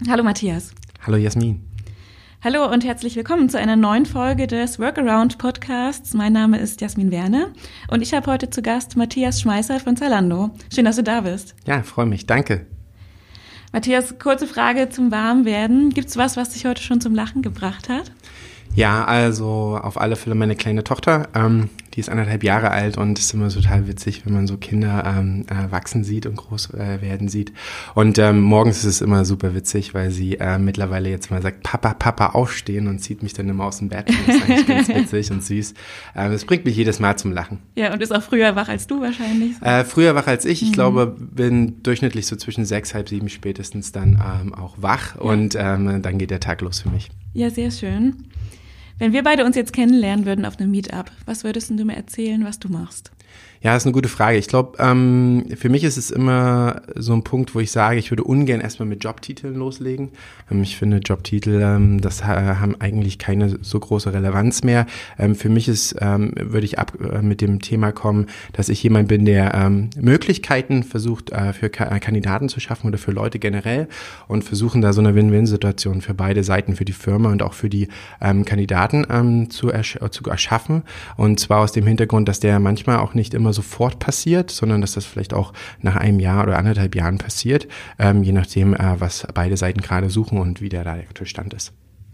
Hallo Matthias. Hallo Jasmin. Hallo und herzlich willkommen zu einer neuen Folge des Workaround Podcasts. Mein Name ist Jasmin Werner und ich habe heute zu Gast Matthias Schmeißer von Zalando. Schön, dass du da bist. Ja, freue mich. Danke. Matthias, kurze Frage zum Warmwerden. Gibt's was dich heute schon zum Lachen gebracht hat? Ja, also auf alle Fälle meine kleine Tochter, die ist 1,5 Jahre alt und es ist immer total witzig, wenn man so Kinder wachsen sieht und groß werden sieht. Und morgens ist es immer super witzig, weil sie mittlerweile jetzt mal sagt, Papa, aufstehen und zieht mich dann immer aus dem Bett. Und das ist eigentlich ganz witzig und süß. Das bringt mich jedes Mal zum Lachen. Ja, und ist auch früher wach als du wahrscheinlich. Früher wach als ich. Ich glaube, bin durchschnittlich so zwischen 6, halb 7 spätestens dann auch wach und dann geht der Tag los für mich. Ja, sehr schön. Wenn wir beide uns jetzt kennenlernen würden auf einem Meetup, was würdest du mir erzählen, was du machst? Ja, das ist eine gute Frage. Ich glaube, für mich ist es immer so ein Punkt, wo ich sage, ich würde ungern erstmal mit Jobtiteln loslegen. Ich finde, Jobtitel, das haben eigentlich keine so große Relevanz mehr. Für mich würde ich mit dem Thema kommen, dass ich jemand bin, der Möglichkeiten versucht, für Kandidaten zu schaffen oder für Leute generell und versuchen da so eine Win-Win-Situation für beide Seiten, für die Firma und auch für die Kandidaten zu erschaffen. Und zwar aus dem Hintergrund, dass der manchmal auch nicht immer sofort passiert, sondern dass das vielleicht auch nach einem Jahr oder 1,5 Jahren passiert, je nachdem, was beide Seiten gerade suchen und wie der aktuelle Stand ist.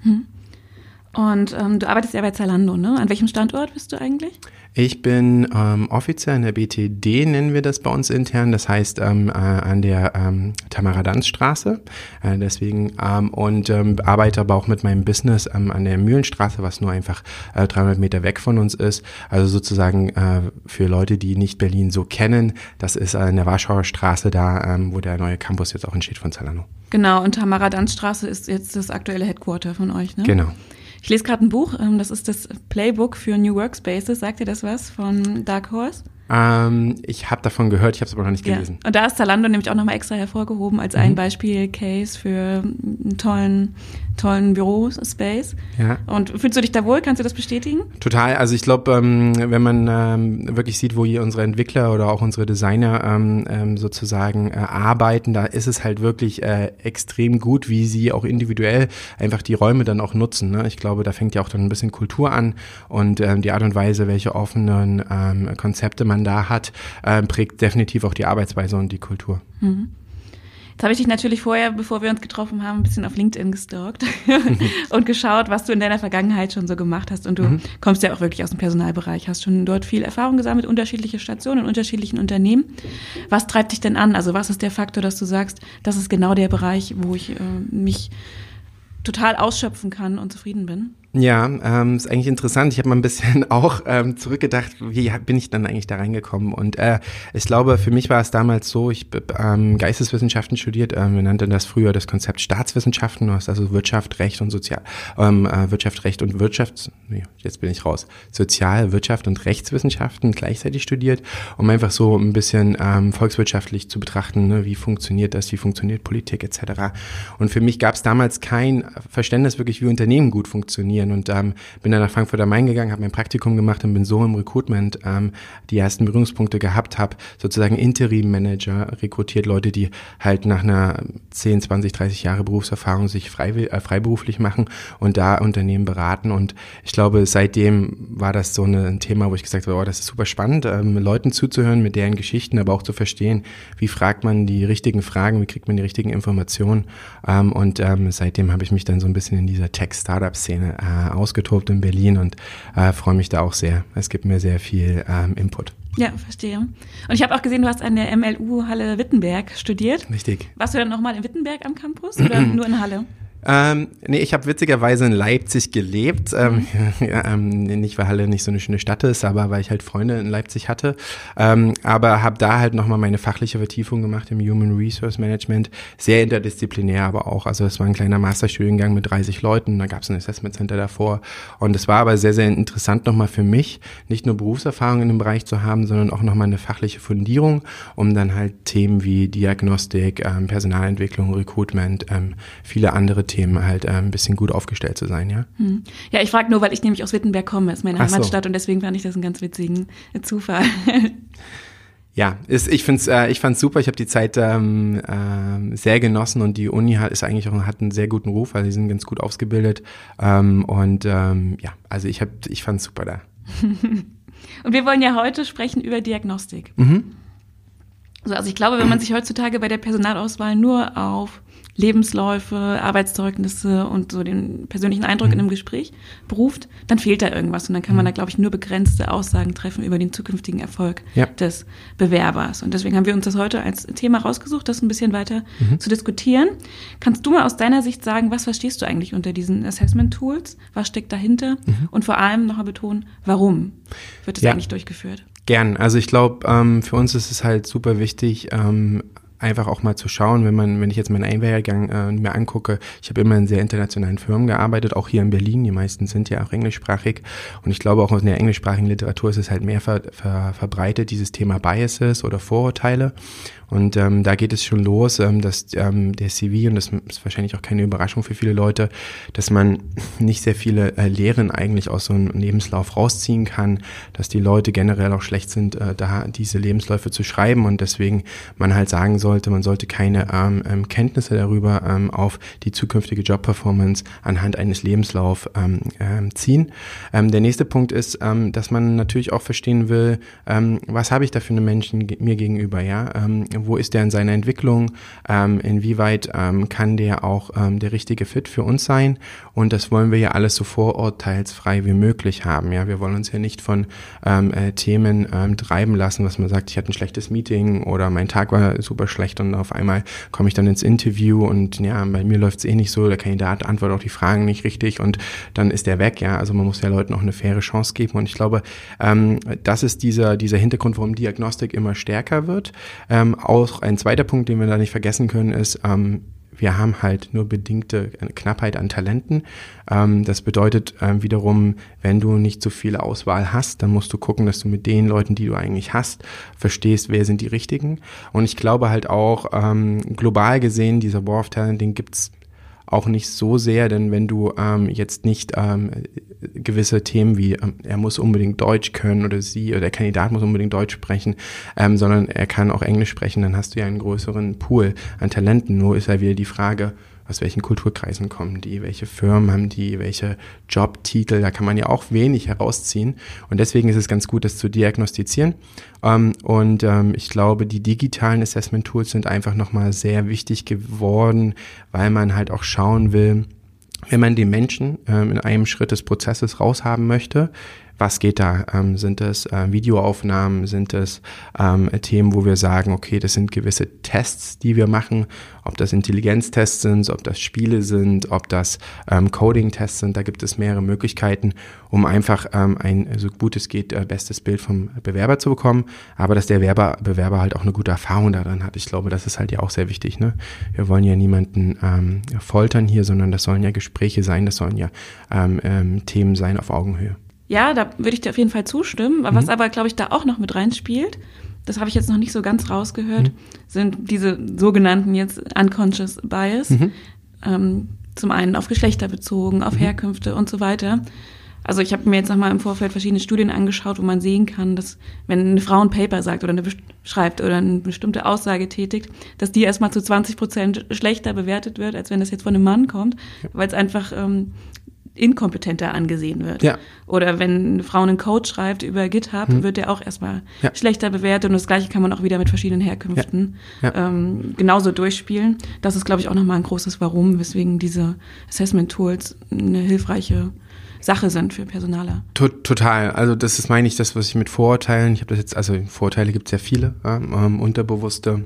Und du arbeitest ja bei Zalando, ne? An welchem Standort bist du eigentlich? Ich bin offiziell in der BTD, nennen wir das bei uns intern, das heißt an der Tamara-Danz-Straße, und arbeite aber auch mit meinem Business an der Mühlenstraße, was nur einfach 300 Meter weg von uns ist, also sozusagen für Leute, die nicht Berlin so kennen, das ist in der Warschauer Straße da, wo der neue Campus jetzt auch entsteht von Zalando. Genau, und Tamara-Danz-Straße ist jetzt das aktuelle Headquarter von euch, ne? Genau. Ich lese gerade ein Buch, das ist das Playbook für New Workspaces. Sagt dir das was von Dark Horse? Ich habe davon gehört, ich habe es aber noch nicht gelesen. Ja. Und da ist Zalando nämlich auch nochmal extra hervorgehoben als ein Beispiel-Case für einen tollen Bürospace. Ja. Und fühlst du dich da wohl? Kannst du das bestätigen? Total. Also ich glaube, wenn man wirklich sieht, wo hier unsere Entwickler oder auch unsere Designer sozusagen arbeiten, da ist es halt wirklich extrem gut, wie sie auch individuell einfach die Räume dann auch nutzen. Ne? Ich glaube, da fängt ja auch dann ein bisschen Kultur an und die Art und Weise, welche offenen Konzepte man da hat, prägt definitiv auch die Arbeitsweise und die Kultur. Jetzt habe ich dich natürlich vorher, bevor wir uns getroffen haben, ein bisschen auf LinkedIn gestalkt und geschaut, was du in deiner Vergangenheit schon so gemacht hast. Und du kommst ja auch wirklich aus dem Personalbereich, hast schon dort viel Erfahrung gesammelt, unterschiedliche Stationen in unterschiedlichen Unternehmen. Was treibt dich denn an? Also was ist der Faktor, dass du sagst, das ist genau der Bereich, wo ich mich total ausschöpfen kann und zufrieden bin? Ja, ist eigentlich interessant. Ich habe mal ein bisschen auch zurückgedacht, wie bin ich dann eigentlich da reingekommen? Und ich glaube, für mich war es damals so, ich habe Geisteswissenschaften studiert, wir nannten das früher das Konzept Staatswissenschaften, du hast also Wirtschaft, Recht und Sozial, Wirtschaft und Rechtswissenschaften gleichzeitig studiert, um einfach so ein bisschen volkswirtschaftlich zu betrachten, ne? Wie funktioniert das, wie funktioniert Politik etc. Und für mich gab es damals kein Verständnis wirklich, wie Unternehmen gut funktionieren. Und bin dann nach Frankfurt am Main gegangen, habe mein Praktikum gemacht und bin so im Recruitment die ersten Berührungspunkte gehabt, habe sozusagen Interim-Manager rekrutiert, Leute, die halt nach einer 10, 20, 30 Jahre Berufserfahrung sich freiberuflich machen und da Unternehmen beraten. Und ich glaube, seitdem war das so ein Thema, wo ich gesagt habe, das ist super spannend, Leuten zuzuhören, mit deren Geschichten, aber auch zu verstehen, wie fragt man die richtigen Fragen, wie kriegt man die richtigen Informationen. Und seitdem habe ich mich dann so ein bisschen in dieser Tech-Startup-Szene ausgetobt in Berlin und freue mich da auch sehr. Es gibt mir sehr viel Input. Ja, verstehe. Und ich habe auch gesehen, du hast an der MLU Halle Wittenberg studiert. Richtig. Warst du dann nochmal in Wittenberg am Campus oder nur in Halle? Nee, ich habe witzigerweise in Leipzig gelebt, nicht weil Halle nicht so eine schöne Stadt ist, aber weil ich halt Freunde in Leipzig hatte, aber habe da halt nochmal meine fachliche Vertiefung gemacht im Human Resource Management, sehr interdisziplinär aber auch, also es war ein kleiner Masterstudiengang mit 30 Leuten, da gab es ein Assessment Center davor und es war aber sehr, sehr interessant nochmal für mich, nicht nur Berufserfahrung in dem Bereich zu haben, sondern auch nochmal eine fachliche Fundierung, um dann halt Themen wie Diagnostik, Personalentwicklung, Recruitment, viele andere Themen halt ein bisschen gut aufgestellt zu sein, ja. Ja, ich frage nur, weil ich nämlich aus Wittenberg komme, ist meine Heimatstadt und deswegen fand ich das einen ganz witzigen Zufall. Ja, ich fand's super. Ich habe die Zeit sehr genossen und die Uni hat einen sehr guten Ruf, also die sind ganz gut ausgebildet. Also ich fand's super da. Und wir wollen ja heute sprechen über Diagnostik. Also ich glaube, wenn man sich heutzutage bei der Personalauswahl nur auf Lebensläufe, Arbeitszeugnisse und so den persönlichen Eindruck in einem Gespräch beruft, dann fehlt da irgendwas. Und dann kann man da, glaube ich, nur begrenzte Aussagen treffen über den zukünftigen Erfolg des Bewerbers. Und deswegen haben wir uns das heute als Thema rausgesucht, das ein bisschen weiter zu diskutieren. Kannst du mal aus deiner Sicht sagen, was verstehst du eigentlich unter diesen Assessment-Tools? Was steckt dahinter? Und vor allem nochmal betonen, warum wird das eigentlich durchgeführt? Gern. Also ich glaube, für uns ist es halt super wichtig, einfach auch mal zu schauen, wenn ich jetzt meinen Einwerdegang mir angucke, ich habe immer in sehr internationalen Firmen gearbeitet, auch hier in Berlin, die meisten sind ja auch englischsprachig und ich glaube auch in der englischsprachigen Literatur ist es halt mehr verbreitet, dieses Thema Biases oder Vorurteile und da geht es schon los, dass der CV, und das ist wahrscheinlich auch keine Überraschung für viele Leute, dass man nicht sehr viele Lehren eigentlich aus so einem Lebenslauf rausziehen kann, dass die Leute generell auch schlecht sind, da diese Lebensläufe zu schreiben und deswegen man halt sagen man sollte keine Kenntnisse darüber auf die zukünftige Jobperformance anhand eines Lebenslaufs ziehen. Der nächste Punkt ist, dass man natürlich auch verstehen will, was habe ich da für einen Menschen mir gegenüber, ja? Wo ist der in seiner Entwicklung? Inwieweit kann der auch der richtige Fit für uns sein? Und das wollen wir ja alles so vorurteilsfrei wie möglich haben, ja? Wir wollen uns ja nicht von Themen treiben lassen, was man sagt, ich hatte ein schlechtes Meeting oder mein Tag war super schlecht und auf einmal komme ich dann ins Interview und ja, bei mir läuft es eh nicht so, der Kandidat antwortet auf die Fragen nicht richtig und dann ist der weg, ja, also man muss ja Leuten auch eine faire Chance geben und ich glaube, das ist dieser Hintergrund, warum Diagnostik immer stärker wird. Auch ein zweiter Punkt, den wir da nicht vergessen können, ist, wir haben halt nur bedingte Knappheit an Talenten. Das bedeutet wiederum, wenn du nicht so viel Auswahl hast, dann musst du gucken, dass du mit den Leuten, die du eigentlich hast, verstehst, wer sind die Richtigen. Und ich glaube halt auch, global gesehen, dieser War of Talent, den gibt's auch nicht so sehr, denn wenn du jetzt nicht gewisse Themen wie er muss unbedingt Deutsch können oder der Kandidat muss unbedingt Deutsch sprechen, sondern er kann auch Englisch sprechen, dann hast du ja einen größeren Pool an Talenten. Nur ist ja wieder die Frage, aus welchen Kulturkreisen kommen die, welche Firmen haben die, welche Jobtitel, da kann man ja auch wenig herausziehen und deswegen ist es ganz gut, das zu diagnostizieren ich glaube, die digitalen Assessment-Tools sind einfach nochmal sehr wichtig geworden, weil man halt auch schauen will, wenn man den Menschen in einem Schritt des Prozesses raushaben möchte, was geht da? Sind es Videoaufnahmen? Sind es Themen, wo wir sagen, okay, das sind gewisse Tests, die wir machen, ob das Intelligenztests sind, ob das Spiele sind, ob das Coding-Tests sind, da gibt es mehrere Möglichkeiten, um einfach ein, so gut es geht, bestes Bild vom Bewerber zu bekommen, aber dass der Bewerber halt auch eine gute Erfahrung daran hat. Ich glaube, das ist halt ja auch sehr wichtig, ne? Wir wollen ja niemanden foltern hier, sondern das sollen ja Gespräche sein, das sollen ja Themen sein auf Augenhöhe. Ja, da würde ich dir auf jeden Fall zustimmen. Was aber, glaube ich, da auch noch mit reinspielt, das habe ich jetzt noch nicht so ganz rausgehört, sind diese sogenannten jetzt Unconscious Bias. Zum einen auf Geschlechter bezogen, auf Herkünfte und so weiter. Also ich habe mir jetzt nochmal im Vorfeld verschiedene Studien angeschaut, wo man sehen kann, dass wenn eine Frau ein Paper sagt oder schreibt oder eine bestimmte Aussage tätigt, dass die erstmal zu 20% schlechter bewertet wird, als wenn das jetzt von einem Mann kommt, weil es einfach inkompetenter angesehen wird. Ja. Oder wenn eine Frau einen Code schreibt über GitHub, wird der auch erstmal schlechter bewertet. Und das Gleiche kann man auch wieder mit verschiedenen Herkünften genauso durchspielen. Das ist, glaube ich, auch nochmal ein großes Warum, weswegen diese Assessment-Tools eine hilfreiche Sache sind für Personaler. Total. Also das ist, meine ich, das, was ich mit Vorurteilen, ich habe das jetzt, also Vorurteile gibt es ja viele, unterbewusste.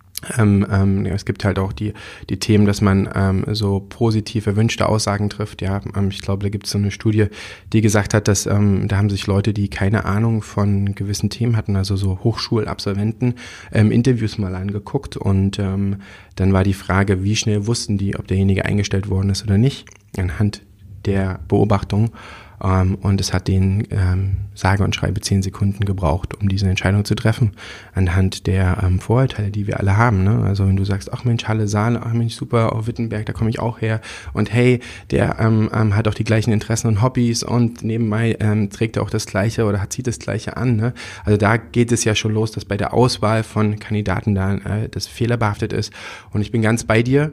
Es gibt halt auch die Themen, dass man so positiv erwünschte Aussagen trifft. Ja, ich glaube, da gibt es so eine Studie, die gesagt hat, dass da haben sich Leute, die keine Ahnung von gewissen Themen hatten, also so Hochschulabsolventen, Interviews mal angeguckt und dann war die Frage, wie schnell wussten die, ob derjenige eingestellt worden ist oder nicht, anhand der Beobachtung. Und es hat denen sage und schreibe 10 Sekunden gebraucht, um diese Entscheidung zu treffen, anhand der Vorurteile, die wir alle haben. Ne? Also wenn du sagst, ach Mensch, Halle Saale, ach Mensch, super, auf Wittenberg, da komme ich auch her. Und hey, der hat auch die gleichen Interessen und Hobbys und nebenbei trägt er auch das Gleiche oder zieht das Gleiche an. Ne? Also da geht es ja schon los, dass bei der Auswahl von Kandidaten da das fehlerbehaftet ist. Und ich bin ganz bei dir,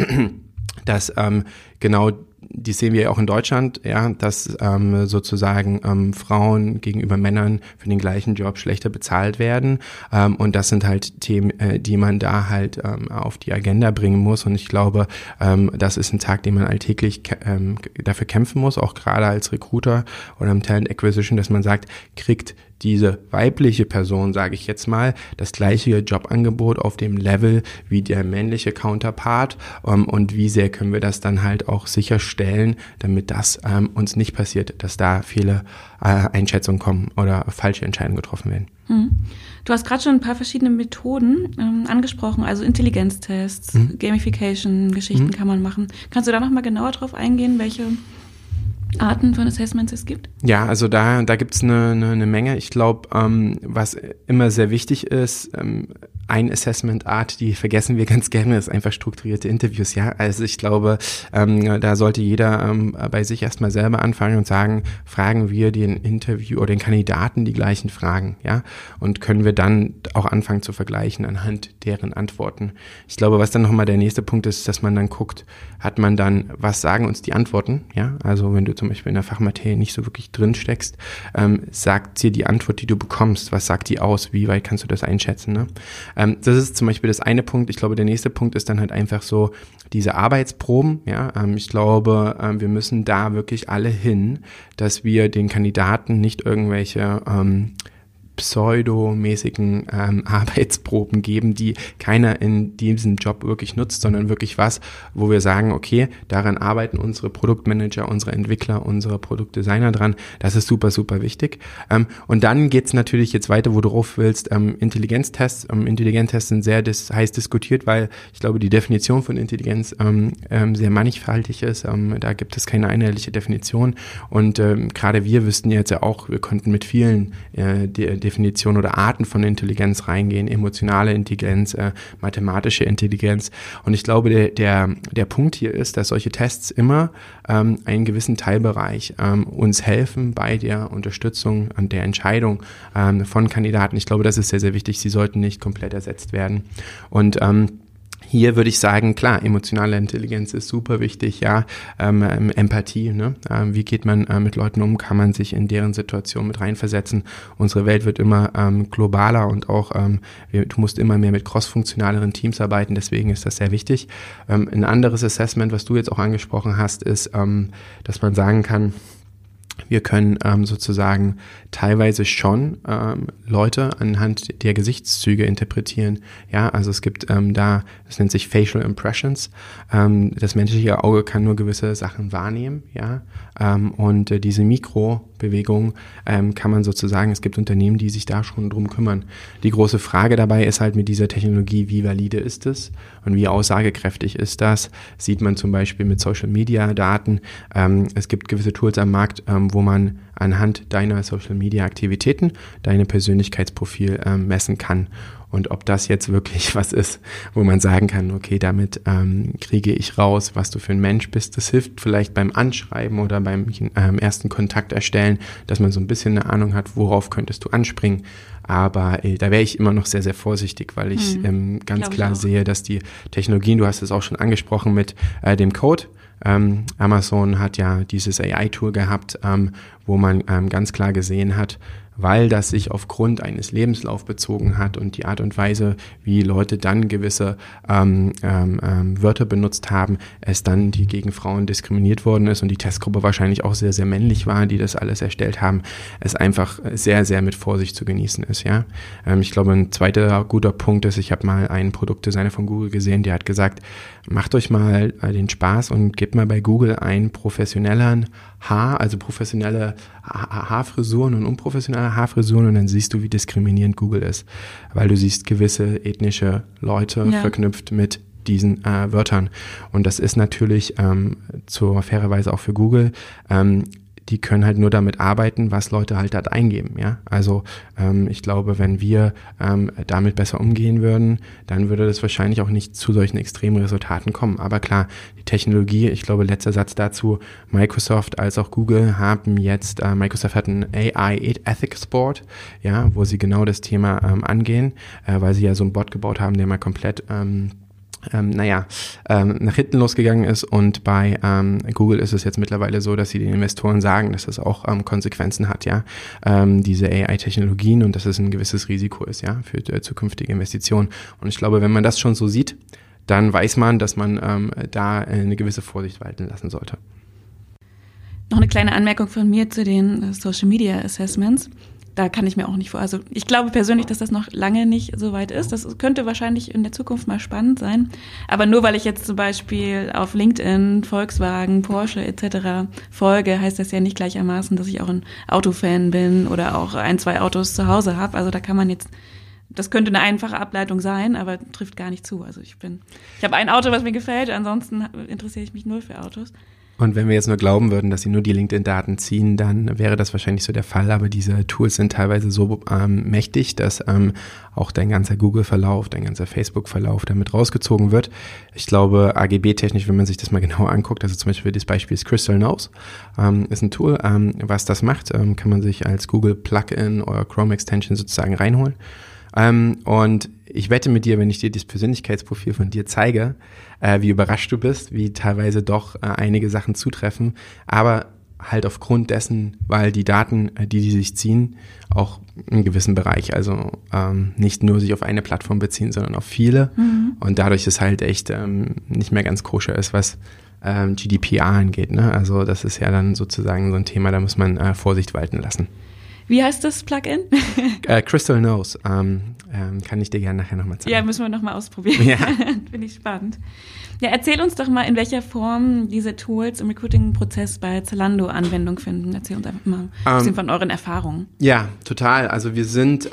dass genau die sehen wir ja auch in Deutschland, ja, dass sozusagen Frauen gegenüber Männern für den gleichen Job schlechter bezahlt werden. Und das sind halt Themen, die man da halt auf die Agenda bringen muss. Und ich glaube, das ist ein Tag, den man alltäglich dafür kämpfen muss, auch gerade als Recruiter oder im Talent Acquisition, dass man sagt, kriegt diese weibliche Person, sage ich jetzt mal, das gleiche Jobangebot auf dem Level wie der männliche Counterpart, und wie sehr können wir das dann halt auch sicherstellen, damit das uns nicht passiert, dass da viele Einschätzungen kommen oder falsche Entscheidungen getroffen werden. Du hast gerade schon ein paar verschiedene Methoden angesprochen, also Intelligenztests, Gamification-Geschichten kann man machen. Kannst du da nochmal genauer drauf eingehen, welche Arten von Assessments es gibt? Ja, also da gibt's eine Menge. Ich glaube, was immer sehr wichtig ist, ein Assessment-Art, die vergessen wir ganz gerne, ist einfach strukturierte Interviews. Ja, also ich glaube, da sollte jeder bei sich erstmal selber anfangen und sagen, fragen wir den Interview oder den Kandidaten die gleichen Fragen, ja, und können wir dann auch anfangen zu vergleichen anhand deren Antworten. Ich glaube, was dann nochmal der nächste Punkt ist, dass man dann guckt, hat man dann, was sagen uns die Antworten, ja, also wenn du zum Beispiel in der Fachmaterie nicht so wirklich drin steckst, sagt dir die Antwort, die du bekommst, was sagt die aus, wie weit kannst du das einschätzen, ne? Das ist zum Beispiel das eine Punkt. Ich glaube, der nächste Punkt ist dann halt einfach so diese Arbeitsproben, ja. Ich glaube, wir müssen da wirklich alle hin, dass wir den Kandidaten nicht irgendwelche pseudomäßigen Arbeitsproben geben, die keiner in diesem Job wirklich nutzt, sondern wirklich was, wo wir sagen, okay, daran arbeiten unsere Produktmanager, unsere Entwickler, unsere Produktdesigner dran. Das ist super, super wichtig. Und dann geht's natürlich jetzt weiter, wo du drauf willst, Intelligenztests. Intelligenztests sind sehr heiß diskutiert, weil ich glaube, die Definition von Intelligenz sehr mannigfaltig ist. Da gibt es keine einheitliche Definition. Und gerade wir wüssten jetzt ja auch, wir konnten mit vielen Definitionen oder Arten von Intelligenz reingehen, emotionale Intelligenz, mathematische Intelligenz. Und ich glaube, der Punkt hier ist, dass solche Tests immer einen gewissen Teilbereich uns helfen bei der Unterstützung und der Entscheidung von Kandidaten. Ich glaube, das ist sehr, sehr wichtig. Sie sollten nicht komplett ersetzt werden. Und hier würde ich sagen, klar, emotionale Intelligenz ist super wichtig, ja, Empathie, ne? Wie geht man mit Leuten um, kann man sich in deren Situation mit reinversetzen. Unsere Welt wird immer globaler und auch, du musst immer mehr mit crossfunktionaleren Teams arbeiten, deswegen ist das sehr wichtig. Ein anderes Assessment, was du jetzt auch angesprochen hast, ist, dass man sagen kann, wir können sozusagen teilweise schon Leute anhand der Gesichtszüge interpretieren. Ja, also es gibt das nennt sich Facial Impressions. Das menschliche Auge kann nur gewisse Sachen wahrnehmen, ja. Und diese Mikrobewegungen kann man sozusagen, es gibt Unternehmen, die sich da schon drum kümmern. Die große Frage dabei ist halt mit dieser Technologie, wie valide ist es und wie aussagekräftig ist das? Sieht man zum Beispiel mit Social Media Daten. Es gibt gewisse Tools am Markt, wo man anhand deiner Social Media Aktivitäten deine Persönlichkeitsprofil messen kann. Und ob das jetzt wirklich was ist, wo man sagen kann, okay, damit kriege ich raus, was du für ein Mensch bist. Das hilft vielleicht beim Anschreiben oder beim ersten Kontakt erstellen, dass man so ein bisschen eine Ahnung hat, worauf könntest du anspringen. Aber da wäre ich immer noch sehr, sehr vorsichtig, weil ich ganz klar sehe, dass die Technologien, du hast es auch schon angesprochen mit dem Code, Amazon hat ja dieses AI-Tool gehabt, wo man ganz klar gesehen hat, weil das sich aufgrund eines Lebenslaufs bezogen hat und die Art und Weise, wie Leute dann gewisse Wörter benutzt haben, es dann die gegen Frauen diskriminiert worden ist und die Testgruppe wahrscheinlich auch sehr, sehr männlich war, die das alles erstellt haben, es einfach sehr, sehr mit Vorsicht zu genießen ist, ja. Ich glaube, ein zweiter guter Punkt ist, ich habe mal einen Produktdesigner von Google gesehen, der hat gesagt, macht euch mal den Spaß und gebt mal bei Google einen professionellen also professionelle Haarfrisuren und unprofessionelle Haarfrisuren und dann siehst du, wie diskriminierend Google ist, weil du siehst gewisse ethnische Leute verknüpft mit diesen Wörtern und das ist natürlich fairerweise auch für Google die können halt nur damit arbeiten, was Leute halt dort eingeben, ja. Also ich glaube, wenn wir damit besser umgehen würden, dann würde das wahrscheinlich auch nicht zu solchen extremen Resultaten kommen. Aber klar, die Technologie, ich glaube, letzter Satz dazu, Microsoft als auch Google haben jetzt, Microsoft hat ein AI Ethics Board, ja, wo sie genau das Thema angehen, weil sie ja so einen Bot gebaut haben, der mal komplett nach hinten losgegangen ist, und bei Google ist es jetzt mittlerweile so, dass sie den Investoren sagen, dass das auch Konsequenzen hat, ja, diese AI-Technologien, und dass es ein gewisses Risiko ist, ja, für zukünftige Investitionen. Und ich glaube, wenn man das schon so sieht, dann weiß man, dass man da eine gewisse Vorsicht walten lassen sollte. Noch eine kleine Anmerkung von mir zu den Social Media Assessments. Da kann ich mir auch nicht vor. Also ich glaube persönlich, dass das noch lange nicht so weit ist. Das könnte wahrscheinlich in der Zukunft mal spannend sein. Aber nur weil ich jetzt zum Beispiel auf LinkedIn, Volkswagen, Porsche etc. folge, heißt das ja nicht gleichermaßen, dass ich auch ein Autofan bin oder auch 1, 2 Autos zu Hause habe. Also da kann man jetzt, das könnte eine einfache Ableitung sein, aber trifft gar nicht zu. Also ich habe ein Auto, was mir gefällt. Ansonsten interessiere ich mich null für Autos. Und wenn wir jetzt nur glauben würden, dass sie nur die LinkedIn-Daten ziehen, dann wäre das wahrscheinlich so der Fall. Aber diese Tools sind teilweise so mächtig, dass auch dein ganzer Google-Verlauf, dein ganzer Facebook-Verlauf damit rausgezogen wird. Ich glaube, AGB-technisch, wenn man sich das mal genauer anguckt, also zum Beispiel das Beispiel ist Crystal Knows, ist ein Tool, was das macht, kann man sich als Google-Plugin oder Chrome-Extension sozusagen reinholen. Und ich wette mit dir, wenn ich dir das Persönlichkeitsprofil von dir zeige, wie überrascht du bist, wie teilweise doch einige Sachen zutreffen, aber halt aufgrund dessen, weil die Daten, die sich ziehen, auch einen gewissen Bereich, also nicht nur sich auf eine Plattform beziehen, sondern auf viele, und dadurch ist halt echt nicht mehr ganz koscher ist, was GDPR angeht, ne? Also das ist ja dann sozusagen so ein Thema, da muss man Vorsicht walten lassen. Wie heißt das Plugin? Crystal Knows. Kann ich dir gerne nachher nochmal zeigen. Ja, müssen wir nochmal ausprobieren. Ja. Finde ich spannend. Ja, erzähl uns doch mal, in welcher Form diese Tools im Recruiting-Prozess bei Zalando Anwendung finden. Erzähl uns einfach mal ein bisschen von euren Erfahrungen. Ja, total. Also wir sind,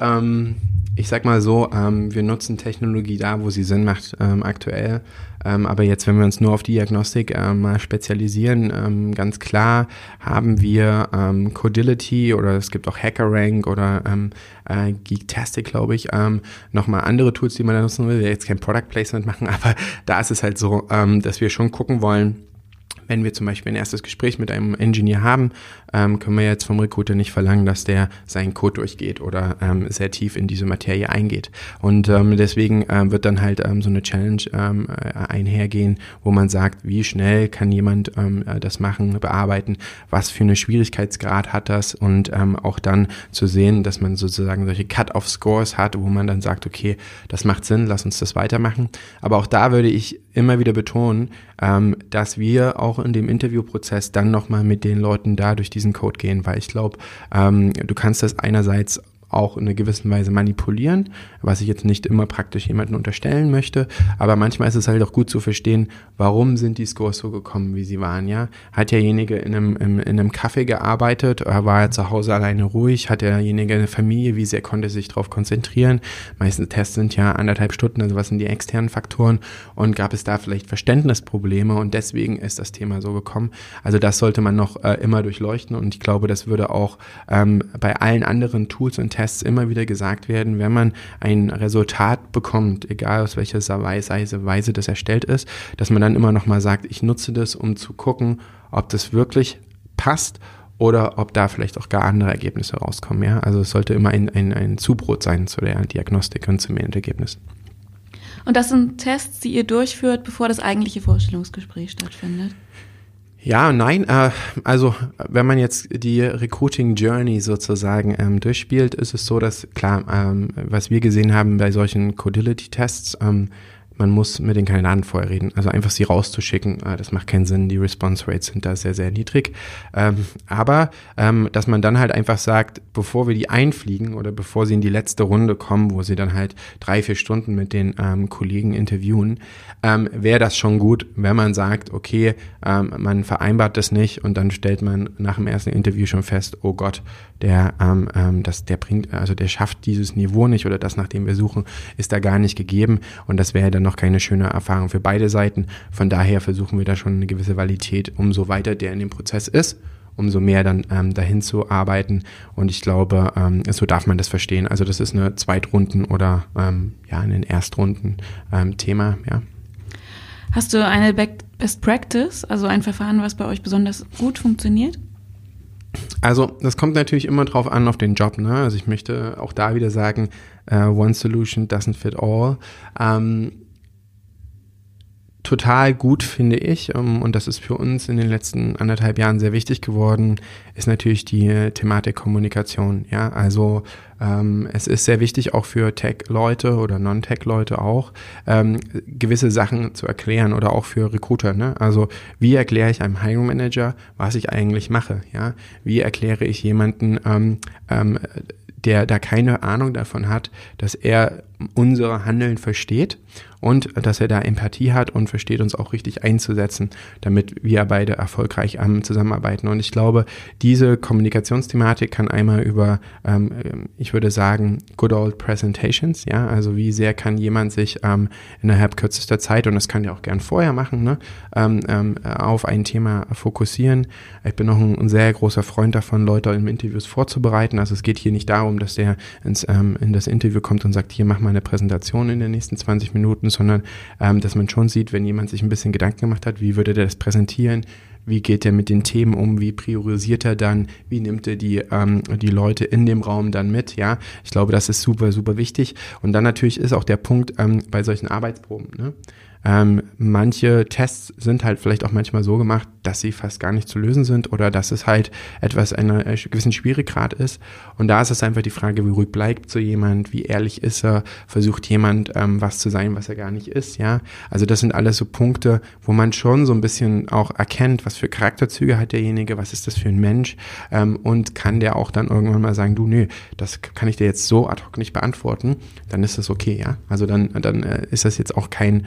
ich sag mal so, wir nutzen Technologie da, wo sie Sinn macht aktuell. Aber jetzt, wenn wir uns nur auf die Diagnostik mal spezialisieren, ganz klar haben wir Codility oder es gibt auch HackerRank oder Geektastic, glaube ich, nochmal andere Tools, die man da nutzen will. Wir jetzt kein Product Placement machen, aber da ist es halt so, dass wir schon gucken wollen, wenn wir zum Beispiel ein erstes Gespräch mit einem Engineer haben, können wir jetzt vom Recruiter nicht verlangen, dass der seinen Code durchgeht oder sehr tief in diese Materie eingeht. Und deswegen wird dann halt so eine Challenge einhergehen, wo man sagt, wie schnell kann jemand das machen, bearbeiten, was für eine Schwierigkeitsgrad hat das, und auch dann zu sehen, dass man sozusagen solche Cut-off-Scores hat, wo man dann sagt, okay, das macht Sinn, lass uns das weitermachen. Aber auch da würde ich immer wieder betonen, dass wir auch in dem Interviewprozess dann nochmal mit den Leuten da durch diesen Code gehen, weil ich glaube, du kannst das einerseits auch in einer gewissen Weise manipulieren, was ich jetzt nicht immer praktisch jemandem unterstellen möchte, aber manchmal ist es halt auch gut zu verstehen, warum sind die Scores so gekommen, wie sie waren, ja? Hat derjenige in einem Café gearbeitet, war er zu Hause alleine ruhig, hat derjenige eine Familie, wie sehr konnte er sich darauf konzentrieren? Meistens Tests sind ja 1,5 Stunden, also was sind die externen Faktoren, und gab es da vielleicht Verständnisprobleme, und deswegen ist das Thema so gekommen. Also das sollte man noch immer durchleuchten, und ich glaube, das würde auch bei allen anderen Tools und Tests immer wieder gesagt werden, wenn man ein Resultat bekommt, egal aus welcher Weise das erstellt ist, dass man dann immer noch mal sagt, ich nutze das, um zu gucken, ob das wirklich passt oder ob da vielleicht auch gar andere Ergebnisse rauskommen. Ja? Also es sollte immer ein Zubrot sein zu der Diagnostik und zum Endergebnis. Und das sind Tests, die ihr durchführt, bevor das eigentliche Vorstellungsgespräch stattfindet? Ja, nein, also wenn man jetzt die Recruiting Journey sozusagen durchspielt, ist es so, dass klar, was wir gesehen haben bei solchen Codility-Tests, man muss mit den Kandidaten vorher reden. Also einfach sie rauszuschicken, das macht keinen Sinn. Die Response Rates sind da sehr, sehr niedrig. Aber dass man dann halt einfach sagt, bevor wir die einfliegen oder bevor sie in die letzte Runde kommen, wo sie dann halt 3-4 Stunden mit den Kollegen interviewen, wäre das schon gut, wenn man sagt, okay, man vereinbart das nicht und dann stellt man nach dem ersten Interview schon fest, oh Gott, der schafft dieses Niveau nicht oder das, nach dem wir suchen, ist da gar nicht gegeben, und das wäre dann noch keine schöne Erfahrung für beide Seiten. Von daher versuchen wir da schon eine gewisse Validität, umso weiter der in dem Prozess ist, umso mehr dann dahin zu arbeiten. Und ich glaube, so darf man das verstehen. Also das ist eine Zweitrunden- oder ein Erstrunden-Thema, ja. Hast du eine Best Practice, also ein Verfahren, was bei euch besonders gut funktioniert? Also das kommt natürlich immer drauf an, auf den Job, ne? Also ich möchte auch da wieder sagen, one solution doesn't fit all. Total gut, finde ich, und das ist für uns in den letzten 1,5 Jahren sehr wichtig geworden, ist natürlich die Thematik Kommunikation. Ja, also es ist sehr wichtig auch für Tech-Leute oder Non-Tech-Leute auch, gewisse Sachen zu erklären oder auch für Recruiter. Ne? Also wie erkläre ich einem Hiring Manager, was ich eigentlich mache? Ja, wie erkläre ich jemanden, der da keine Ahnung davon hat, dass er unser Handeln versteht und dass er da Empathie hat und versteht, uns auch richtig einzusetzen, damit wir beide erfolgreich zusammenarbeiten. Und ich glaube, diese Kommunikationsthematik kann einmal über, ich würde sagen, good old presentations, ja, also wie sehr kann jemand sich innerhalb kürzester Zeit, und das kann ja auch gern vorher machen, ne, auf ein Thema fokussieren. Ich bin noch ein sehr großer Freund davon, Leute in Interviews vorzubereiten. Also es geht hier nicht darum, dass der in das Interview kommt und sagt, hier, mach mal eine Präsentation in den nächsten 20 Minuten, sondern dass man schon sieht, wenn jemand sich ein bisschen Gedanken gemacht hat, wie würde der das präsentieren, wie geht er mit den Themen um, wie priorisiert er dann, wie nimmt er die Leute in dem Raum dann mit, ja. Ich glaube, das ist super, super wichtig. Und dann natürlich ist auch der Punkt bei solchen Arbeitsproben, ne? Manche Tests sind halt vielleicht auch manchmal so gemacht, dass sie fast gar nicht zu lösen sind oder dass es halt etwas einer gewissen Schwierigkeit ist. Und da ist es einfach die Frage, wie ruhig bleibt so jemand, wie ehrlich ist er, versucht jemand was zu sein, was er gar nicht ist, ja. Also das sind alles so Punkte, wo man schon so ein bisschen auch erkennt, was für Charakterzüge hat derjenige, was ist das für ein Mensch, und kann der auch dann irgendwann mal sagen, du, nö, das kann ich dir jetzt so ad hoc nicht beantworten, dann ist das okay, ja. Also dann ist das jetzt auch kein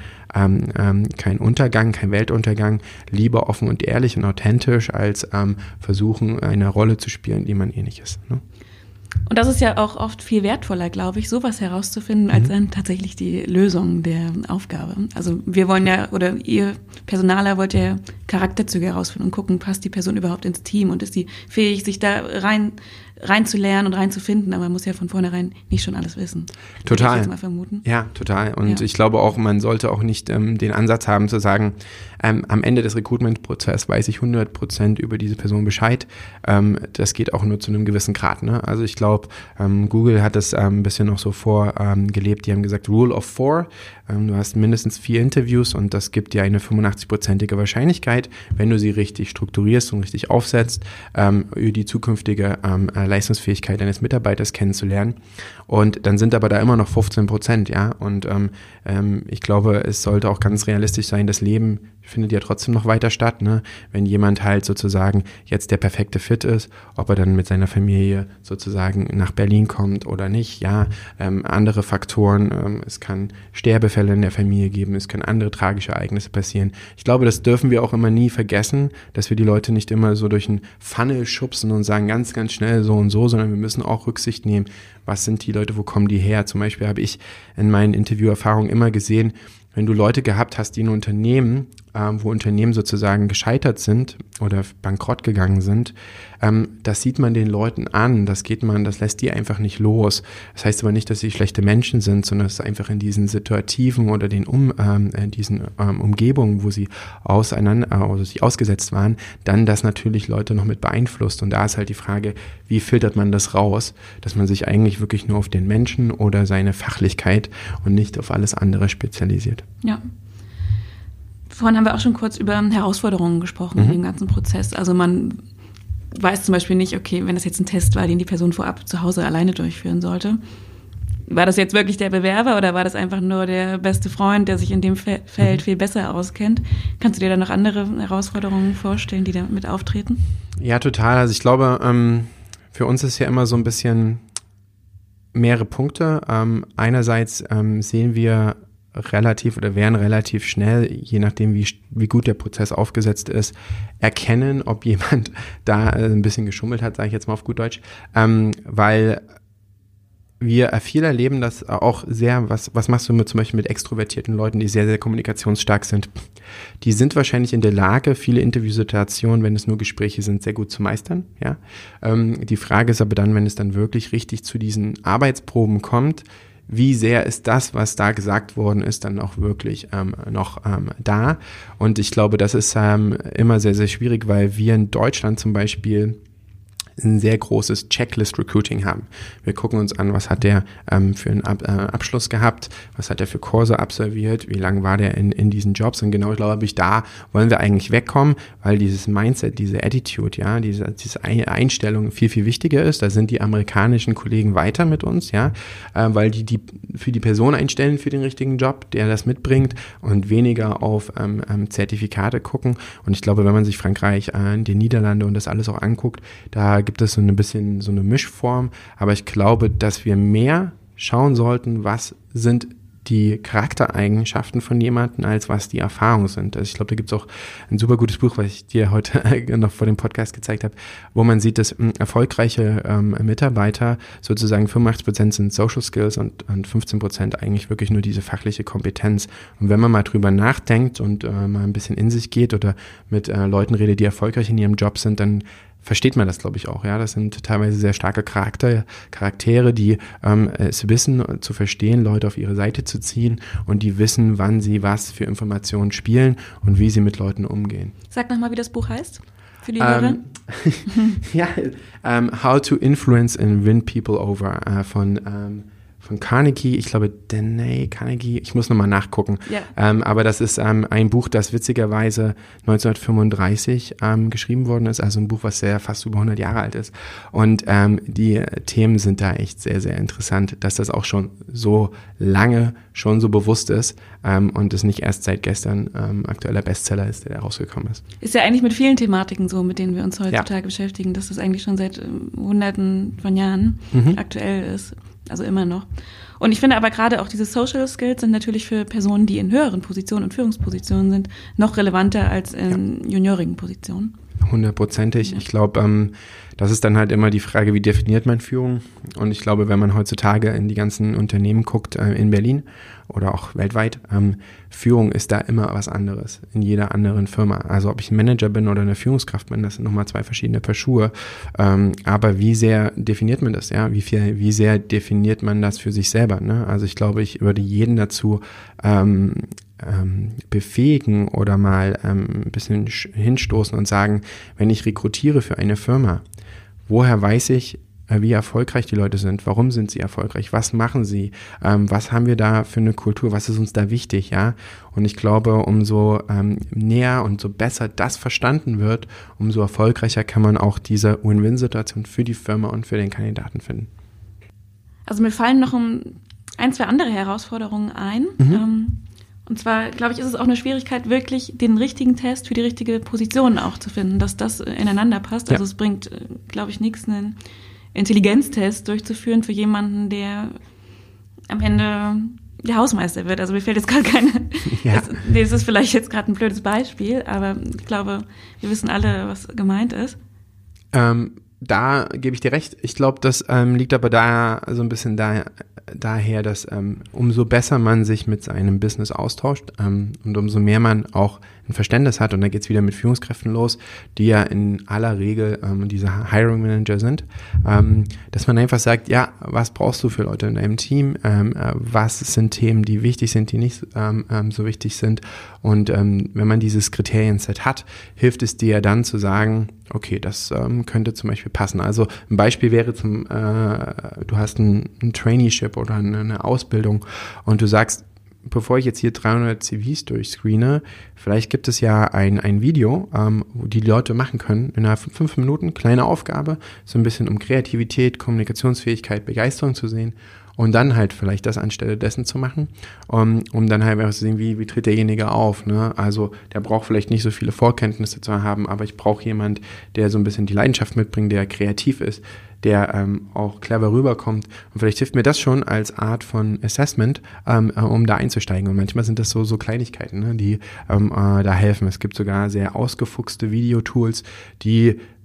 Untergang, kein Weltuntergang, lieber offen und ehrlich und authentisch, als versuchen, eine Rolle zu spielen, die man eh nicht ist. Ne? Und das ist ja auch oft viel wertvoller, glaube ich, sowas herauszufinden, als dann tatsächlich die Lösung der Aufgabe. Also wir wollen ja, oder ihr Personaler wollt ja Charakterzüge herausfinden und gucken, passt die Person überhaupt ins Team und ist sie fähig, sich da reinzulernen und reinzufinden, aber man muss ja von vornherein nicht schon alles wissen. Total. Würde ich jetzt mal vermuten. Ja, total. Und ich glaube auch, man sollte auch nicht den Ansatz haben zu sagen, am Ende des Recruitment-Prozesses weiß ich 100% über diese Person Bescheid. Das geht auch nur zu einem gewissen Grad. Ne? Also ich glaube, Google hat das ein bisschen noch so vorgelebt. Die haben gesagt, Rule of 4. Du hast mindestens 4 Interviews und das gibt dir eine 85%ige Wahrscheinlichkeit, wenn du sie richtig strukturierst und richtig aufsetzt, über die zukünftige Leistungsfähigkeit deines Mitarbeiters kennenzulernen. Und dann sind aber da immer noch 15%, ja. Und ich glaube, es sollte auch ganz realistisch sein, das Leben findet ja trotzdem noch weiter statt, ne? Wenn jemand halt sozusagen jetzt der perfekte Fit ist, ob er dann mit seiner Familie sozusagen nach Berlin kommt oder nicht, ja, andere Faktoren, es kann Sterbefälle in der Familie geben, es können andere tragische Ereignisse passieren. Ich glaube, das dürfen wir auch immer nie vergessen, dass wir die Leute nicht immer so durch einen Funnel schubsen und sagen ganz, ganz schnell so und so, sondern wir müssen auch Rücksicht nehmen, was sind die Leute, wo kommen die her? Zum Beispiel habe ich in meinen Interviewerfahrungen immer gesehen, wenn du Leute gehabt hast, die in Unternehmen, wo Unternehmen sozusagen gescheitert sind oder bankrott gegangen sind, das sieht man den Leuten an, das lässt die einfach nicht los. Das heißt aber nicht, dass sie schlechte Menschen sind, sondern es ist einfach in diesen Situativen oder diesen Umgebungen, wo sie sich ausgesetzt waren, dann das natürlich Leute noch mit beeinflusst. Und da ist halt die Frage, wie filtert man das raus, dass man sich eigentlich wirklich nur auf den Menschen oder seine Fachlichkeit und nicht auf alles andere spezialisiert. Ja. Vorhin haben wir auch schon kurz über Herausforderungen gesprochen in dem ganzen Prozess. Also man weiß zum Beispiel nicht, okay, wenn das jetzt ein Test war, den die Person vorab zu Hause alleine durchführen sollte, war das jetzt wirklich der Bewerber oder war das einfach nur der beste Freund, der sich in dem Feld viel besser auskennt? Kannst du dir da noch andere Herausforderungen vorstellen, die damit auftreten? Ja, total. Also ich glaube, für uns ist ja immer so ein bisschen mehrere Punkte. Einerseits sehen wir werden relativ schnell, je nachdem wie gut der Prozess aufgesetzt ist, erkennen, ob jemand da ein bisschen geschummelt hat, sage ich jetzt mal auf gut Deutsch, weil wir viel erleben, dass auch sehr, was machst du zum Beispiel mit extrovertierten Leuten, die sehr, sehr kommunikationsstark sind? Die sind wahrscheinlich in der Lage, viele Interviewsituationen, wenn es nur Gespräche sind, sehr gut zu meistern. Ja? Die Frage ist aber dann, wenn es dann wirklich richtig zu diesen Arbeitsproben kommt, wie sehr ist das, was da gesagt worden ist, dann auch wirklich noch da? Und ich glaube, das ist immer sehr, sehr schwierig, weil wir in Deutschland zum Beispiel ein sehr großes Checklist-Recruiting haben. Wir gucken uns an, was hat der für einen Abschluss gehabt, was hat er für Kurse absolviert, wie lange war der in diesen Jobs, und genau, glaube ich, da wollen wir eigentlich wegkommen, weil dieses Mindset, diese Attitude, ja, diese Einstellung viel, viel wichtiger ist. Da sind die amerikanischen Kollegen weiter mit uns, ja, weil die für die Person einstellen für den richtigen Job, der das mitbringt, und weniger auf Zertifikate gucken. Und ich glaube, wenn man sich Frankreich, die Niederlande und das alles auch anguckt, da gibt es so ein bisschen so eine Mischform, aber ich glaube, dass wir mehr schauen sollten, was sind die Charaktereigenschaften von jemandem, als was die Erfahrungen sind. Also ich glaube, da gibt es auch ein super gutes Buch, was ich dir heute noch vor dem Podcast gezeigt habe, wo man sieht, dass erfolgreiche Mitarbeiter sozusagen 85% sind Social Skills und 15% eigentlich wirklich nur diese fachliche Kompetenz. Und wenn man mal drüber nachdenkt und mal ein bisschen in sich geht oder mit Leuten redet, die erfolgreich in ihrem Job sind, dann versteht man das, glaube ich, auch. Ja, das sind teilweise sehr starke Charaktere, die es wissen zu verstehen, Leute auf ihre Seite zu ziehen, und die wissen, wann sie was für Informationen spielen und wie sie mit Leuten umgehen. Sag nochmal, wie das Buch heißt für die Hörer. Ja, How to Influence and Win People Over von Carnegie, ich glaube Danae Carnegie, ich muss nochmal nachgucken, ja. Aber das ist ein Buch, das witzigerweise 1935 geschrieben worden ist, also ein Buch, was fast über 100 Jahre alt ist, und die Themen sind da echt sehr, sehr interessant, dass das auch schon so lange schon so bewusst ist und es nicht erst seit gestern aktueller Bestseller ist, der rausgekommen ist. Ist ja eigentlich mit vielen Thematiken so, mit denen wir uns heutzutage beschäftigen, dass das eigentlich schon seit Hunderten von Jahren aktuell ist. Also immer noch. Und ich finde aber gerade auch diese Social Skills sind natürlich für Personen, die in höheren Positionen und Führungspositionen sind, noch relevanter als in juniorigen Positionen. 100%. Ich glaube, das ist dann halt immer die Frage, wie definiert man Führung? Und ich glaube, wenn man heutzutage in die ganzen Unternehmen guckt, in Berlin oder auch weltweit, Führung ist da immer was anderes in jeder anderen Firma. Also ob ich ein Manager bin oder eine Führungskraft bin, das sind nochmal zwei verschiedene Paar Schuhe. Aber wie sehr definiert man das? Ja, wie sehr definiert man das für sich selber? Ne? Also ich glaube, ich würde jeden dazu befähigen oder mal ein bisschen hinstoßen und sagen, wenn ich rekrutiere für eine Firma, woher weiß ich, wie erfolgreich die Leute sind? Warum sind sie erfolgreich? Was machen sie? Was haben wir da für eine Kultur? Was ist uns da wichtig? Ja? Und ich glaube, umso näher und so besser das verstanden wird, umso erfolgreicher kann man auch diese Win-Win-Situation für die Firma und für den Kandidaten finden. Also mir fallen noch ein, zwei andere Herausforderungen ein. Und zwar, glaube ich, ist es auch eine Schwierigkeit, wirklich den richtigen Test für die richtige Position auch zu finden, dass das ineinander passt. Also es bringt, glaube ich, nichts, einen Intelligenztest durchzuführen für jemanden, der am Ende der Hausmeister wird. Also mir fällt jetzt gerade keine, das ist vielleicht jetzt gerade ein blödes Beispiel, aber ich glaube, wir wissen alle, was gemeint ist. Da gebe ich dir recht. Ich glaube, das liegt aber da so ein bisschen daher, dass umso besser man sich mit seinem Business austauscht und umso mehr man auch ein Verständnis hat, und da geht's wieder mit Führungskräften los, die ja in aller Regel diese Hiring Manager sind, dass man einfach sagt, ja, was brauchst du für Leute in deinem Team, was sind Themen, die wichtig sind, die nicht so wichtig sind, und wenn man dieses Kriterienset hat, hilft es dir dann zu sagen, okay, das könnte zum Beispiel passen. Also ein Beispiel wäre du hast ein Traineeship oder eine Ausbildung und du sagst, bevor ich jetzt hier 300 CVs durchscreene, vielleicht gibt es ja ein Video, wo die Leute machen können, innerhalb von 5 Minuten, kleine Aufgabe, so ein bisschen um Kreativität, Kommunikationsfähigkeit, Begeisterung zu sehen, und dann halt vielleicht das anstelle dessen zu machen, um dann halt einfach zu sehen, wie tritt derjenige auf, ne? Also der braucht vielleicht nicht so viele Vorkenntnisse zu haben, aber ich brauche jemand, der so ein bisschen die Leidenschaft mitbringt, der kreativ ist, der auch clever rüberkommt, und vielleicht hilft mir das schon als Art von Assessment, um da einzusteigen, und manchmal sind das so Kleinigkeiten, ne, die da helfen. Es gibt sogar sehr ausgefuchste Videotools, die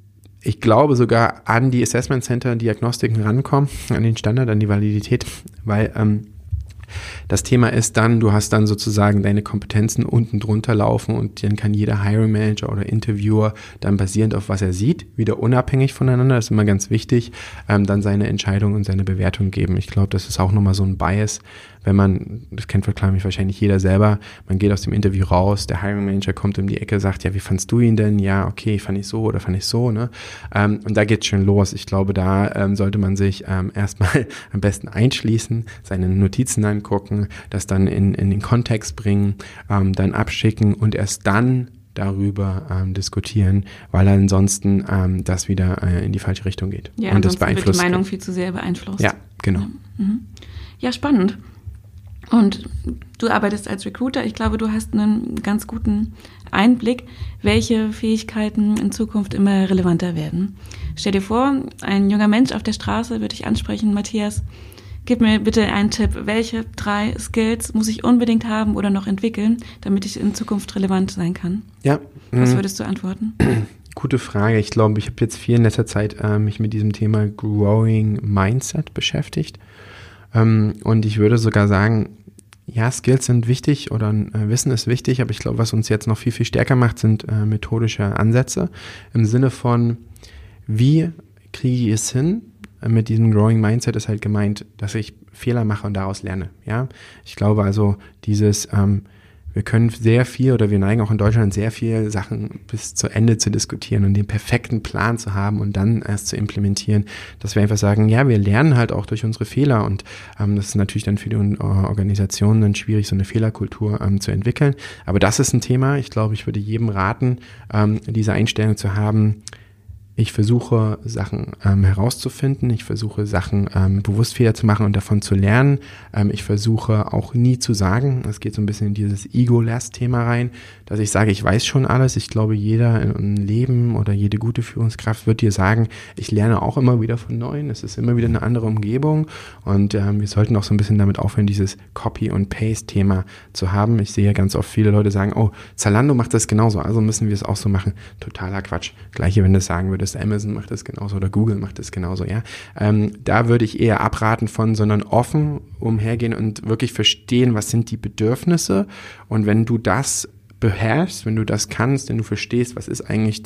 ich glaube sogar an die Assessment Center Diagnostiken rankommen, an den Standard, an die Validität, weil das Thema ist dann, du hast dann sozusagen deine Kompetenzen unten drunter laufen und dann kann jeder Hiring Manager oder Interviewer dann basierend auf was er sieht, wieder unabhängig voneinander, das ist immer ganz wichtig, dann seine Entscheidung und seine Bewertung geben. Ich glaube, das ist auch nochmal so ein Bias, wenn man, das kennt wahrscheinlich jeder selber, man geht aus dem Interview raus, der Hiring Manager kommt um die Ecke, sagt, ja, wie fandst du ihn denn? Ja, okay, fand ich so oder fand ich so, ne? Und da geht's schon los. Ich glaube, da sollte man sich erstmal am besten einschließen, seine Notizen angucken, das dann in den Kontext bringen, dann abschicken und erst dann darüber diskutieren, weil ansonsten das wieder in die falsche Richtung geht. Ja, und das beeinflusst. Wird die Meinung viel zu sehr beeinflusst. Ja, genau. Ja, ja, spannend. Und du arbeitest als Recruiter. Ich glaube, du hast einen ganz guten Einblick, welche Fähigkeiten in Zukunft immer relevanter werden. Stell dir vor, ein junger Mensch auf der Straße würde dich ansprechen, Matthias, gib mir bitte einen Tipp. Welche 3 Skills muss ich unbedingt haben oder noch entwickeln, damit ich in Zukunft relevant sein kann? Ja. Was würdest du antworten? Gute Frage. Ich glaube, ich habe jetzt viel in letzter Zeit mich mit diesem Thema Growing Mindset beschäftigt. Und ich würde sogar sagen, ja, Skills sind wichtig oder Wissen ist wichtig, aber ich glaube, was uns jetzt noch viel, viel stärker macht, sind methodische Ansätze im Sinne von, wie kriege ich es hin? Mit diesem Growing Mindset ist halt gemeint, dass ich Fehler mache und daraus lerne. Ja, ich glaube also, wir können sehr viel oder wir neigen auch in Deutschland sehr viel Sachen bis zu Ende zu diskutieren und den perfekten Plan zu haben und dann erst zu implementieren, dass wir einfach sagen, ja, wir lernen halt auch durch unsere Fehler und das ist natürlich dann für die Organisationen dann schwierig, so eine Fehlerkultur zu entwickeln. Aber das ist ein Thema, ich glaube, ich würde jedem raten, diese Einstellung zu haben. Ich versuche, Sachen herauszufinden. Ich versuche, Sachen bewusst Fehler zu machen und davon zu lernen. Ich versuche auch nie zu sagen, es geht so ein bisschen in dieses Ego-Less-Thema rein, dass ich sage, ich weiß schon alles. Ich glaube, jeder im Leben oder jede gute Führungskraft wird dir sagen, ich lerne auch immer wieder von Neuem. Es ist immer wieder eine andere Umgebung und wir sollten auch so ein bisschen damit aufhören, dieses Copy- und Paste-Thema zu haben. Ich sehe ganz oft viele Leute sagen, oh, Zalando macht das genauso, also müssen wir es auch so machen. Totaler Quatsch. Gleiche, wenn du es sagen würdest, Amazon macht das genauso oder Google macht das genauso, ja. Da würde ich eher abraten von, sondern offen umhergehen und wirklich verstehen, was sind die Bedürfnisse und wenn du das beherrschst, wenn du das kannst, wenn du verstehst, was ist eigentlich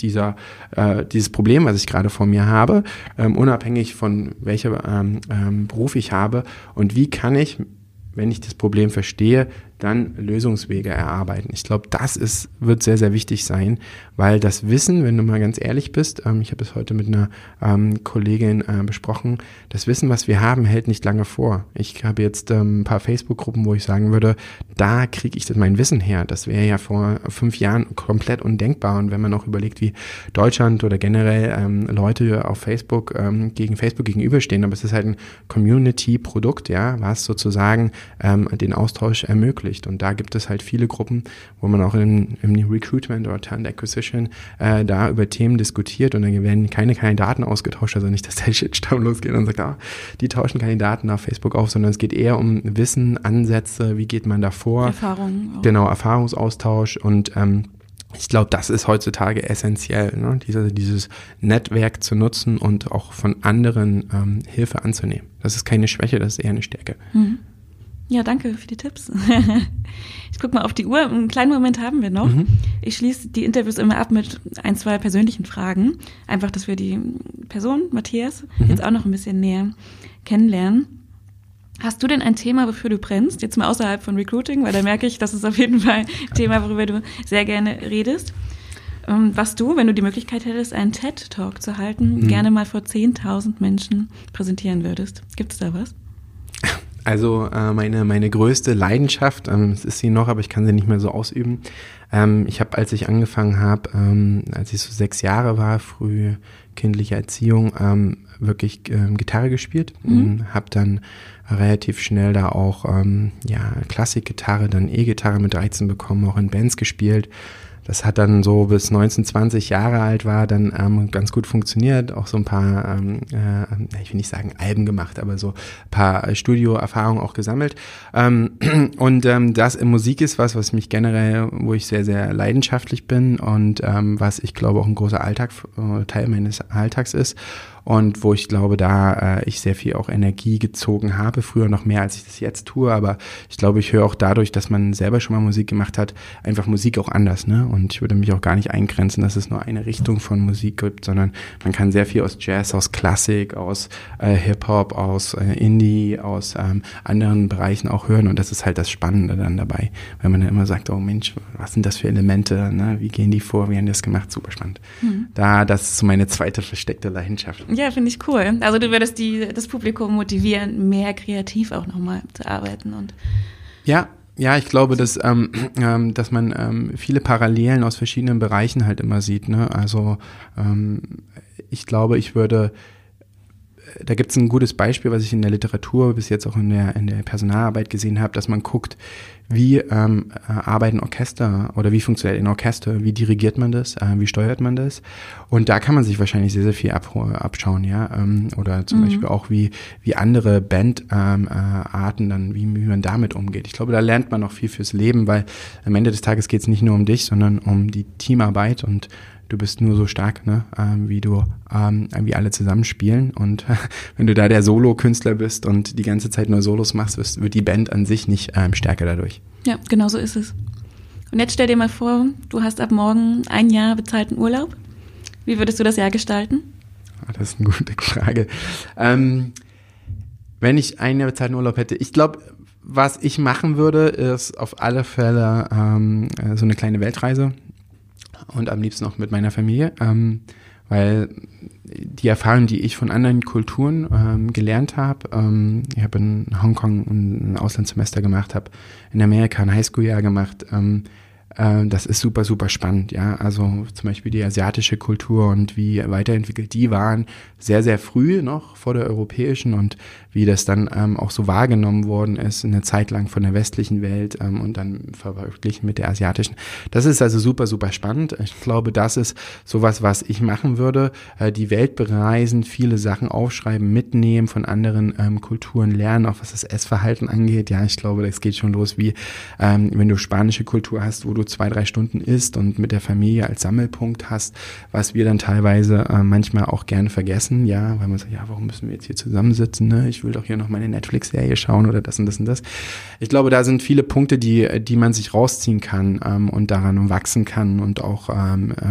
dieses Problem, was ich gerade vor mir habe, unabhängig von welcher Beruf ich habe und wie kann ich, wenn ich das Problem verstehe, dann Lösungswege erarbeiten. Ich glaube, das wird sehr, sehr wichtig sein, weil das Wissen, wenn du mal ganz ehrlich bist, ich habe es heute mit einer Kollegin besprochen, das Wissen, was wir haben, hält nicht lange vor. Ich habe jetzt ein paar Facebook-Gruppen, wo ich sagen würde, da kriege ich mein Wissen her. Das wäre ja vor 5 Jahren komplett undenkbar. Und wenn man auch überlegt, wie Deutschland oder generell Leute auf Facebook gegen Facebook gegenüberstehen, aber es ist halt ein Community-Produkt, ja, was sozusagen den Austausch ermöglicht. Und da gibt es halt viele Gruppen, wo man auch im Recruitment oder Talent Acquisition da über Themen diskutiert und dann werden keine Kandidaten ausgetauscht, also nicht, dass der Shitstorm losgeht und sagt, die tauschen Kandidaten auf Facebook auf, sondern es geht eher um Wissen, Ansätze, wie geht man da vor. Erfahrung. Auch. Genau, Erfahrungsaustausch und ich glaube, das ist heutzutage essentiell, ne? Dieses Netzwerk zu nutzen und auch von anderen Hilfe anzunehmen. Das ist keine Schwäche, das ist eher eine Stärke. Mhm. Ja, danke für die Tipps. Ich gucke mal auf die Uhr. Einen kleinen Moment haben wir noch. Ich schließe die Interviews immer ab mit 1, 2 persönlichen Fragen. Einfach, dass wir die Person, Matthias, jetzt auch noch ein bisschen näher kennenlernen. Hast du denn ein Thema, wofür du brennst? Jetzt mal außerhalb von Recruiting, weil da merke ich, das ist auf jeden Fall ein Thema, worüber du sehr gerne redest. Was du, wenn du die Möglichkeit hättest, einen TED-Talk zu halten, gerne mal vor 10.000 Menschen präsentieren würdest. Gibt es da was? Also meine größte Leidenschaft, es ist sie noch, aber ich kann sie nicht mehr so ausüben. Ich habe, als ich angefangen habe, als ich so 6 Jahre war, früh kindliche Erziehung, wirklich Gitarre gespielt. Habe dann relativ schnell da auch Klassikgitarre, dann E-Gitarre mit 13 bekommen, auch in Bands gespielt. Das hat dann so bis 19, 20 Jahre alt war, dann ganz gut funktioniert. Auch so ein paar, ich will nicht sagen Alben gemacht, aber so ein paar Studioerfahrungen auch gesammelt. Das in Musik ist was mich generell, wo ich sehr, sehr leidenschaftlich bin und was ich glaube auch ein großer Teil meines Alltags ist. Und wo ich glaube, da ich sehr viel auch Energie gezogen habe, früher noch mehr, als ich das jetzt tue, aber ich glaube, ich höre auch dadurch, dass man selber schon mal Musik gemacht hat, einfach Musik auch anders, ne? Und ich würde mich auch gar nicht eingrenzen, dass es nur eine Richtung von Musik gibt, sondern man kann sehr viel aus Jazz, aus Klassik, aus Hip-Hop, aus Indie, aus anderen Bereichen auch hören und das ist halt das Spannende dann dabei, weil man dann immer sagt, oh Mensch, was sind das für Elemente, ne? Wie gehen die vor, wie haben die das gemacht, super spannend. Das ist so meine zweite versteckte Leidenschaft. Ja, finde ich cool. Also du würdest das Publikum motivieren, mehr kreativ auch nochmal zu arbeiten. Und ja, ich glaube, dass man viele Parallelen aus verschiedenen Bereichen halt immer sieht. Ne? Also ich glaube, da gibt es ein gutes Beispiel, was ich in der Literatur bis jetzt auch in der Personalarbeit gesehen habe, dass man guckt, wie arbeiten Orchester oder wie funktioniert ein Orchester, wie dirigiert man das, wie steuert man das und da kann man sich wahrscheinlich sehr, sehr viel abschauen, ja, oder zum Beispiel auch wie andere Bandarten dann, wie man damit umgeht. Ich glaube, da lernt man noch viel fürs Leben, weil am Ende des Tages geht es nicht nur um dich, sondern um die Teamarbeit und du bist nur so stark, ne, wie alle zusammen spielen und wenn du da der Solo-Künstler bist und die ganze Zeit nur Solos machst, wird die Band an sich nicht stärker dadurch. Ja, genau so ist es. Und jetzt stell dir mal vor, du hast ab morgen 1 Jahr bezahlten Urlaub. Wie würdest du das Jahr gestalten? Das ist eine gute Frage. Wenn ich 1 Jahr bezahlten Urlaub hätte, ich glaube, was ich machen würde, ist auf alle Fälle so eine kleine Weltreise. Und am liebsten auch mit meiner Familie, weil die Erfahrungen, die ich von anderen Kulturen gelernt habe, ich habe in Hongkong ein Auslandssemester gemacht, habe in Amerika ein Highschool-Jahr gemacht, das ist super, super spannend, ja, also zum Beispiel die asiatische Kultur und wie weiterentwickelt die waren, sehr, sehr früh noch vor der europäischen und wie das dann auch so wahrgenommen worden ist, eine Zeit lang von der westlichen Welt und dann verglichen mit der asiatischen. Das ist also super, super spannend. Ich glaube, das ist sowas, was ich machen würde, die Welt bereisen, viele Sachen aufschreiben, mitnehmen, von anderen Kulturen lernen, auch was das Essverhalten angeht. Ja, ich glaube, das geht schon los wie, wenn du spanische Kultur hast, wo du 2-3 Stunden isst und mit der Familie als Sammelpunkt hast, was wir dann teilweise manchmal auch gerne vergessen, ja, weil man sagt, ja, warum müssen wir jetzt hier zusammensitzen, ne? Ich will doch hier noch meine Netflix-Serie schauen oder das und das und das. Ich glaube, da sind viele Punkte, die man sich rausziehen kann und daran wachsen kann und auch so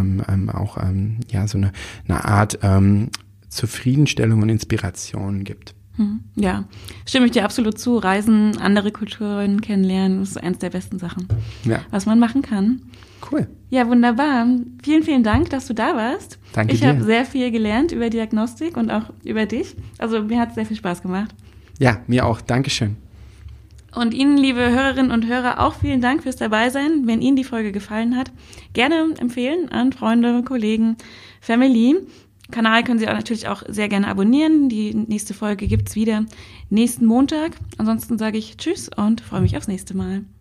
eine Art Zufriedenstellung und Inspiration gibt. Ja, stimme ich dir absolut zu. Reisen, andere Kulturen kennenlernen, ist eins der besten Sachen, was man machen kann. Cool. Ja, wunderbar. Vielen, vielen Dank, dass du da warst. Danke dir. Ich habe sehr viel gelernt über Diagnostik und auch über dich. Also mir hat es sehr viel Spaß gemacht. Ja, mir auch. Dankeschön. Und Ihnen, liebe Hörerinnen und Hörer, auch vielen Dank fürs Dabeisein. Wenn Ihnen die Folge gefallen hat, gerne empfehlen an Freunde, Kollegen, Family. Kanal können Sie auch natürlich auch sehr gerne abonnieren. Die nächste Folge gibt's wieder nächsten Montag. Ansonsten sage ich Tschüss und freue mich aufs nächste Mal.